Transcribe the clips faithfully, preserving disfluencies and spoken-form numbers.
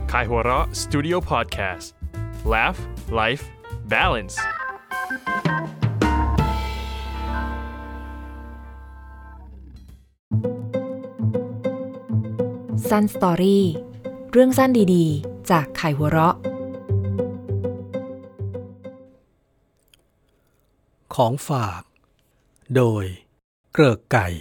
Kaihura Studio Podcast Laugh Life Balance Sun Story เรื่องสั้นดีๆจากไข่หัวเราะของฝากโดยเกริกไก่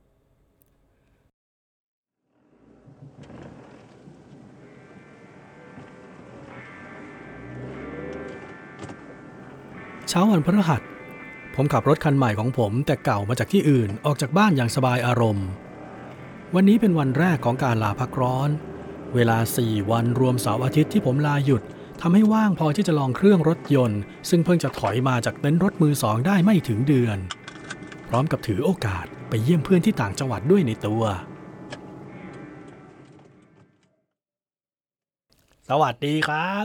เช้าวันพฤหัสผมขับรถคันใหม่ของผมแต่เก่ามาจากที่อื่นออกจากบ้านอย่างสบายอารมณ์วันนี้เป็นวันแรกของการลาพักร้อนเวลาสี่วันรวมเสาร์อาทิตย์ที่ผมลาหยุดทำให้ว่างพอที่จะลองเครื่องรถยนต์ซึ่งเพิ่งจะถอยมาจากเต็นท์รถมือสองได้ไม่ถึงเดือนพร้อมกับถือโอกาสไปเยี่ยมเพื่อนที่ต่างจังหวัดด้วยในตัวสวัสดีครับ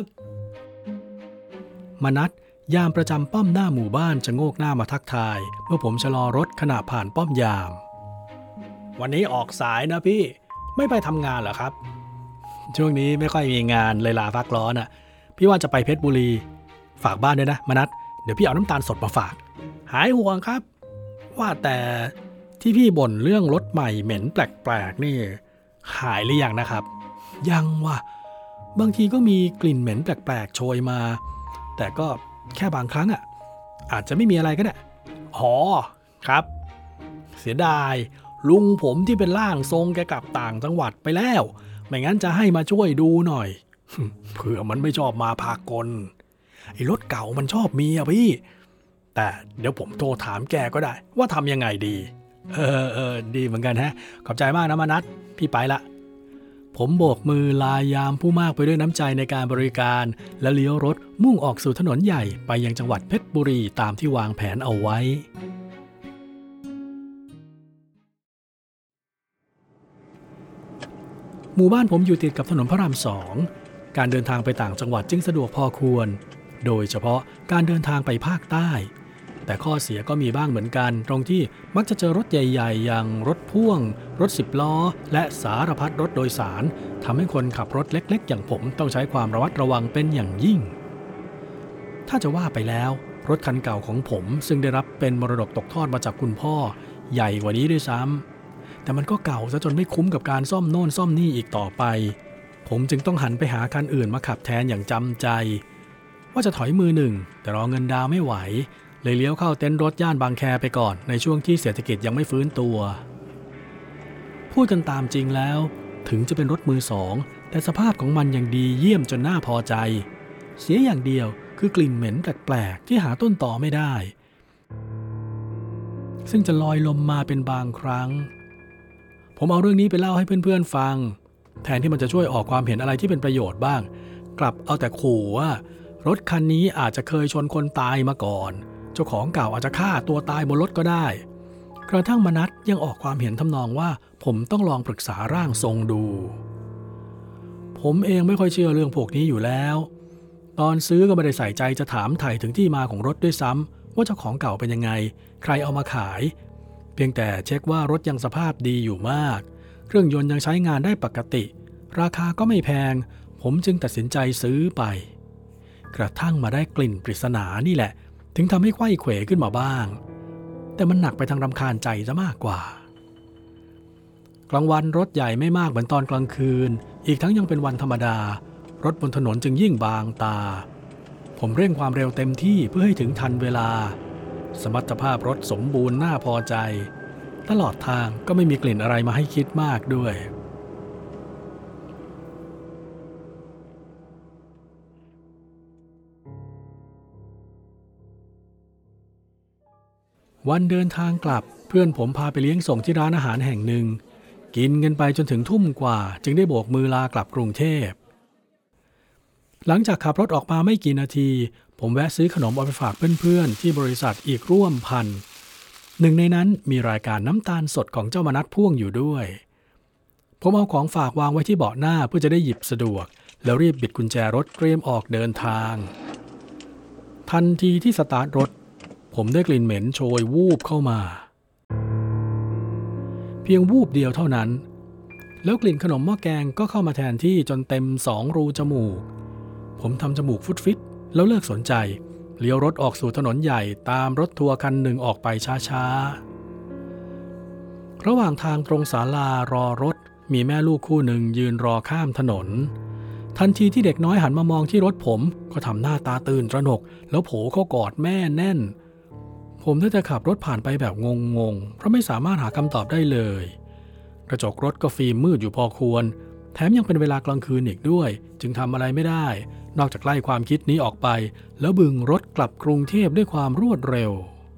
มนัสยามประจำป้อมหน้าหมู่บ้านจะโงกหน้ามาทักทายเมื่อผมชะลอรถขณะผ่านป้อมยามวันนี้ออกสายนะพี่ไม่ไปทำงานเหรอครับช่วงนี้ไม่ค่อยมีงานเลยลาพักร้อนอ่ะพี่ว่าจะไปเพชรบุรีฝากบ้านด้วยนะมนัสเดี๋ยวพี่เอาน้ำตาลสดมาฝากหายห่วงครับว่าแต่ที่พี่บ่นเรื่องรถใหม่เหม็นแปลกๆนี่หายหรือยังนะครับยังว่ะบางทีก็มีกลิ่นเหม็นแปลกๆโชยมาแต่ก็แค่บางครั้งอ่ะอาจจะไม่มีอะไรก็ได้อ๋อครับเสียดายลุงผมที่เป็นร่างทรงแกกลับต่างจังหวัดไปแล้วไม่งั้นจะให้มาช่วยดูหน่อย เผื่อมันไม่ชอบมาพากลไอ้รถเก่ามันชอบมีอ่ะพี่แต่เดี๋ยวผมโทรถามแกก็ได้ว่าทำยังไงดีเออเออดีเหมือนกันฮะขอบใจมากนะมนัสพี่ไปละผมโบกมือลายามผู้มากไปด้วยน้ำใจในการบริการและเลี้ยวรถมุ่งออกสู่ถนนใหญ่ไปยังจังหวัดเพชรบุรีตามที่วางแผนเอาไว้หมู่บ้านผมอยู่ติดกับถนนพระรามสองการเดินทางไปต่างจังหวัดจึงสะดวกพอควรโดยเฉพาะการเดินทางไปภาคใต้แต่ข้อเสียก็มีบ้างเหมือนกันตรงที่มักจะเจอรถใหญ่ๆอย่างรถพ่วงรถสิบล้อและสารพัดรถโดยสารทำให้คนขับรถเล็กๆอย่างผมต้องใช้ความระมัดระวังเป็นอย่างยิ่งถ้าจะว่าไปแล้วรถคันเก่าของผมซึ่งได้รับเป็นมรดกตกทอดมาจากคุณพ่อใหญ่กว่านี้ด้วยซ้ำแต่มันก็เก่าซะจนไม่คุ้มกับการซ่อมโน่นซ่อมนี่อีกต่อไปผมจึงต้องหันไปหาคันอื่นมาขับแทนอย่างจำใจว่าจะถอยมือหนึ่งแต่รอเงินดาวไม่ไหวเลยเลี้ยวเข้าเต็นท์รถย่านบางแคไปก่อนในช่วงที่เศรษฐกิจยังไม่ฟื้นตัวพูดกันตามจริงแล้วถึงจะเป็นรถมือสองแต่สภาพของมันยังดีเยี่ยมจนน่าพอใจเสียอย่างเดียวคือกลิ่นเหม็นแปลกๆที่หาต้นตอไม่ได้ซึ่งจะลอยลมมาเป็นบางครั้งผมเอาเรื่องนี้ไปเล่าให้เพื่อนๆฟังแทนที่มันจะช่วยออกความเห็นอะไรที่เป็นประโยชน์บ้างกลับเอาแต่ขู่ว่ารถคันนี้อาจจะเคยชนคนตายมาก่อนเจ้าของเก่าอาจจะฆ่าตัวตายบนรถก็ได้กระทั่งมนัสยังออกความเห็นทำนองว่าผมต้องลองปรึกษาร่างทรงดูผมเองไม่ค่อยเชื่อเรื่องพวกนี้อยู่แล้วตอนซื้อก็ไม่ได้ใส่ใจจะถามไถ่ถึงที่มาของรถด้วยซ้ำว่าเจ้าของเก่าเป็นยังไงใครเอามาขายเพียงแต่เช็คว่ารถยังสภาพดีอยู่มากเครื่องยนต์ยังใช้งานได้ปกติราคาก็ไม่แพงผมจึงตัดสินใจซื้อไปกระทั่งมาได้กลิ่นปริศนานี่แหละถึงทำให้ไขว้เขวขึ้นมาบ้างแต่มันหนักไปทางรำคาญใจซะมากกว่ากลางวันรถใหญ่ไม่มากเหมือนตอนกลางคืนอีกทั้งยังเป็นวันธรรมดารถบนถนนจึงยิ่งบางตาผมเร่งความเร็วเต็มที่เพื่อให้ถึงทันเวลาสมรรถภาพรถสมบูรณ์น่าพอใจตลอดทางก็ไม่มีกลิ่นอะไรมาให้คิดมากด้วยวันเดินทางกลับเพื่อนผมพาไปเลี้ยงส่งที่ร้านอาหารแห่งหนึ่งกินกันไปจนถึงทุ่มกว่าจึงได้โบกมือลากลับกรุงเทพหลังจากขับรถออกมาไม่กี่นาทีผมแวะซื้อขนมเอาไปฝากเพื่อนๆที่บริษัทอีกร่วมพันหนึ่งในนั้นมีรายการน้ำตาลสดของเจ้ามนัสพ่วงอยู่ด้วยผมเอาของฝากวางไว้ที่เบาะหน้าเพื่อจะได้หยิบสะดวกแล้วรีบบิดกุญแจรถเตรียมออกเดินทางทันทีที่สตาร์ทรถผมได้กลิ่นเหม็นโชยวูบเข้ามาเพียงวูบเดียวเท่านั้นแล้วกลิ่นขนมหม้อแกงก็เข้ามาแทนที่จนเต็มสองรูจมูกผมทำจมูกฟุดฟิตแล้วเลิกสนใจเลี้ยวรถออกสู่ถนนใหญ่ตามรถทัวร์คันหนึ่งออกไปช้าๆระหว่างทางตรงศาลารอรถมีแม่ลูกคู่หนึ่งยืนรอข้ามถนนทันทีที่เด็กน้อยหันมามองที่รถผมก็ทำหน้าตาตื่นตระหนกแล้วโผเข้ากอดแม่แน่นผมได้แต่ขับรถผ่านไปแบบงงๆเพราะไม่สามารถหาคำตอบได้เลยกระจกรถก็ฟิล์มมืดอยู่พอควรแถมยังเป็นเวลากลางคืนอีกด้วยจึงทำอะไรไม่ได้นอกจากไล่ความคิดนี้ออกไปแล้วบึงรถกลับกรุงเทพด้วยความรวดเร็ว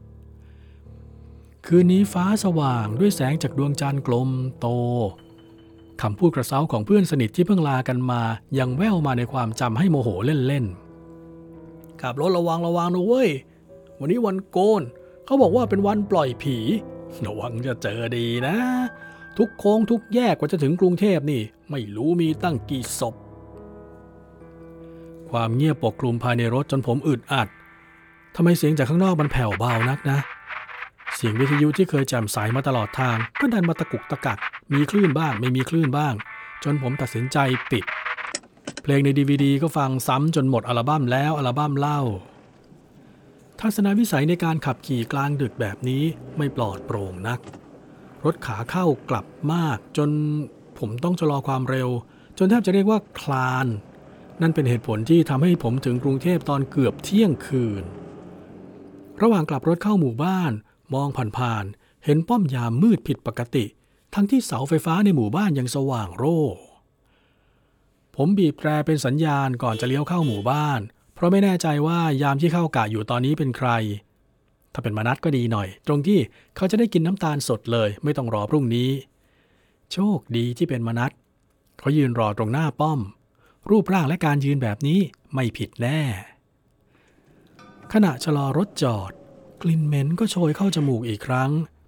คืนนี้ฟ้าสว่างด้วยแสงจากดวงจันทร์กลมโตคำพูดกระเซ้าของเพื่อนสนิทที่เพิ่งลากันมายังแว่วมาในความจำให้โมโหเล่นๆขับรถระวังระวังนะเว้ยวันนี้วันโกนเขาบอกว่าเป็นวันปล่อยผีระวังจะเจอดีนะทุกโค้งทุกแยกกว่าจะถึงกรุงเทพนี่ไม่รู้มีตั้งกี่ศพความเงียบปกคลุมภายในรถจนผมอึดอัดทำไมเสียงจากข้างนอกมันแผ่วเบานักนะเสียงวิทยุที่เคยแจ่มใสมาตลอดทางก็ดันมาตะกุกตะกักมีคลื่นบ้างไม่มีคลื่นบ้างจนผมตัดสินใจปิดเพลงใน ดี วี ดี ก็ฟังซ้ำจนหมดอัลบั้มแล้วอัลบั้มเล่าทัศนวิสัยในการขับขี่กลางดึกแบบนี้ไม่ปลอดโปร่งนักรถขาเข้ากลับมากจนผมต้องชะลอความเร็วจนแทบจะเรียกว่าคลานนั่นเป็นเหตุผลที่ทำให้ผมถึงกรุงเทพตอนเกือบเที่ยงคืนระหว่างกลับรถเข้าหมู่บ้านมองผ่านๆเห็นป้อมยามมืดผิดปกติทั้งที่เสาไฟฟ้าในหมู่บ้านยังสว่างโร่ผมบีบแตรเป็นสัญญาณก่อนจะเลี้ยวเข้าหมู่บ้านเพราะไม่แน่ใจว่ายามที่เข้ากะอยู่ตอนนี้เป็นใครถ้าเป็นมนัสก็ดีหน่อยตรงที่เขาจะได้กินน้ำตาลสดเลยไม่ต้องรอพรุ่งนี้โชคดีที่เป็นมนัสเขายืนรอตรงหน้าป้อมรูปร่างและการยืนแบบนี้ไม่ผิดแน่ขณะชะลอรถจอดกลิ่นเหม็นก็โชยเข้าจมูกอีกครั้ง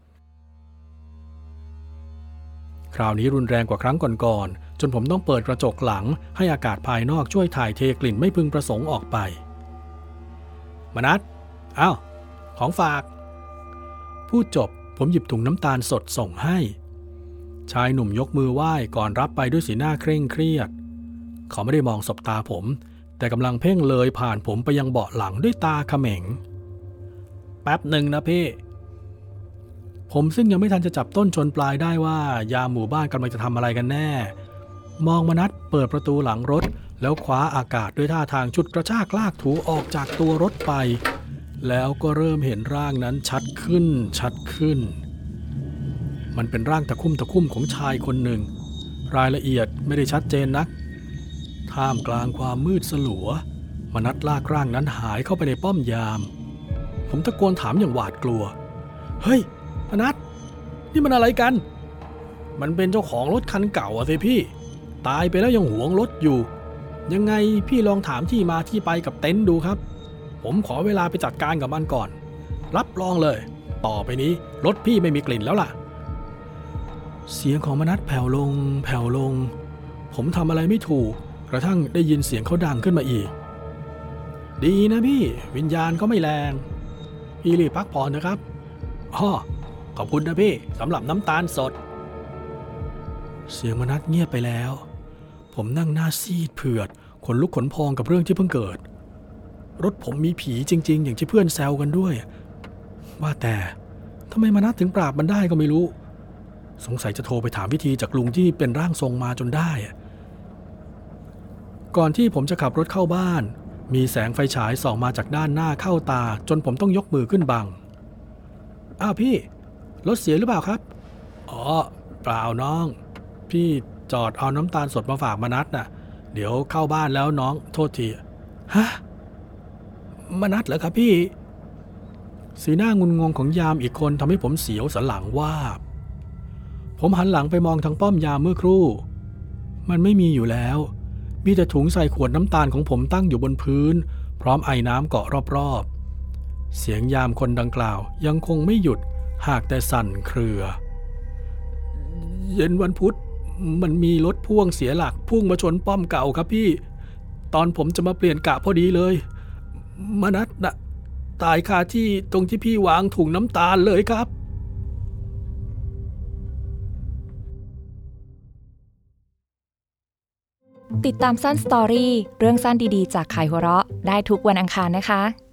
คราวนี้รุนแรงกว่าครั้งก่อนๆจนผมต้องเปิดกระจกหลังให้อากาศภายนอกช่วยถ่ายเทกลิ่นไม่พึงประสงค์ออกไปมนัสอ้าวของฝากพูดจบผมหยิบถุงน้ำตาลสดส่งให้ชายหนุ่มยกมือไหว้ก่อนรับไปด้วยสีหน้าเคร่งเครียดเขาไม่ได้มองสบตาผมแต่กำลังเพ่งเลยผ่านผมไปยังเบาะหลังด้วยตาเขม็งแป๊บหนึ่งนะพี่ผมซึ่งยังไม่ทันจะจับต้นชนปลายได้ว่ายามหมู่บ้านกำลังจะทำอะไรกันแน่มองมนัสเปิดประตูหลังรถแล้วคว้าอากาศด้วยท่าทางชุดกระชากลากถูออกจากตัวรถไปแล้วก็เริ่มเห็นร่างนั้นชัดขึ้นชัดขึ้นมันเป็นร่างตะคุ่มตะคุ่มของชายคนหนึ่งรายละเอียดไม่ได้ชัดเจนนักท่ามกลางความมืดสลัวมนัสลากร่างนั้นหายเข้าไปในป้อมยามผมตะโกนถามอย่างหวาดกลัวเฮ้ยมนัสนี่มันอะไรกันมันเป็นเจ้าของรถคันเก่าอะสิพี่ตายไปแล้วยังหวงรถอยู่ยังไงพี่ลองถามที่มาที่ไปกับเต็นท์ดูครับผมขอเวลาไปจัดการกับมันก่อนรับรองเลยต่อไปนี้รถพี่ไม่มีกลิ่นแล้วล่ะเสียงของมนัสแผ่วลงแผ่วลงผมทำอะไรไม่ถูกกระทั่งได้ยินเสียงเขาดังขึ้นมาอีกดีนะพี่วิญญาณเขาไม่แรงพี่รีบพักผ่อนนะครับอ้อขอบคุณนะพี่สำหรับน้ำตาลสดเสียงมนัสเงียบไปแล้วผมนั่งหน้าซีดเผือดขนลุกขนพองกับเรื่องที่เพิ่งเกิดรถผมมีผีจริงๆอย่างที่เพื่อนแซวกันด้วยว่าแต่ทำไมมนัสถึงปราบมันได้ก็ไม่รู้สงสัยจะโทรไปถามวิธีจากลุงที่เป็นร่างทรงมาจนได้ก่อนที่ผมจะขับรถเข้าบ้านมีแสงไฟฉายส่องมาจากด้านหน้าเข้าตาจนผมต้องยกมือขึ้นบังอ้าวพี่รถเสียหรือเปล่าครับอ๋อเปล่าน้องพี่จอดเอาน้ำตาลสดมาฝากมนัสน่ะเดี๋ยวเข้าบ้านแล้วน้องโทษทีฮะมนัสเหรอครับพี่สีหน้างุนงงของยามอีกคนทำให้ผมเสียวสันหลังวาบผมหันหลังไปมองทางป้อมยามเมื่อครู่มันไม่มีอยู่แล้วมีแต่ถุงใส่ขวดน้ำตาลของผมตั้งอยู่บนพื้นพร้อมไอน้ำเกาะรอบๆเสียงยามคนดังกล่าวยังคงไม่หยุดหากแต่สั่นเครือเย็นวันพุธมันมีรถพ่วงเสียหลักพุ่งมาชนป้อมเก่าครับพี่ตอนผมจะมาเปลี่ยนกะพอดีเลยมนัสน่ะตายคาที่ตรงที่พี่วางถุงน้ำตาลเลยครับติดตามสั้นสตอรี่เรื่องสั้นดีๆจากขายหัวเราะได้ทุกวันอังคารนะคะ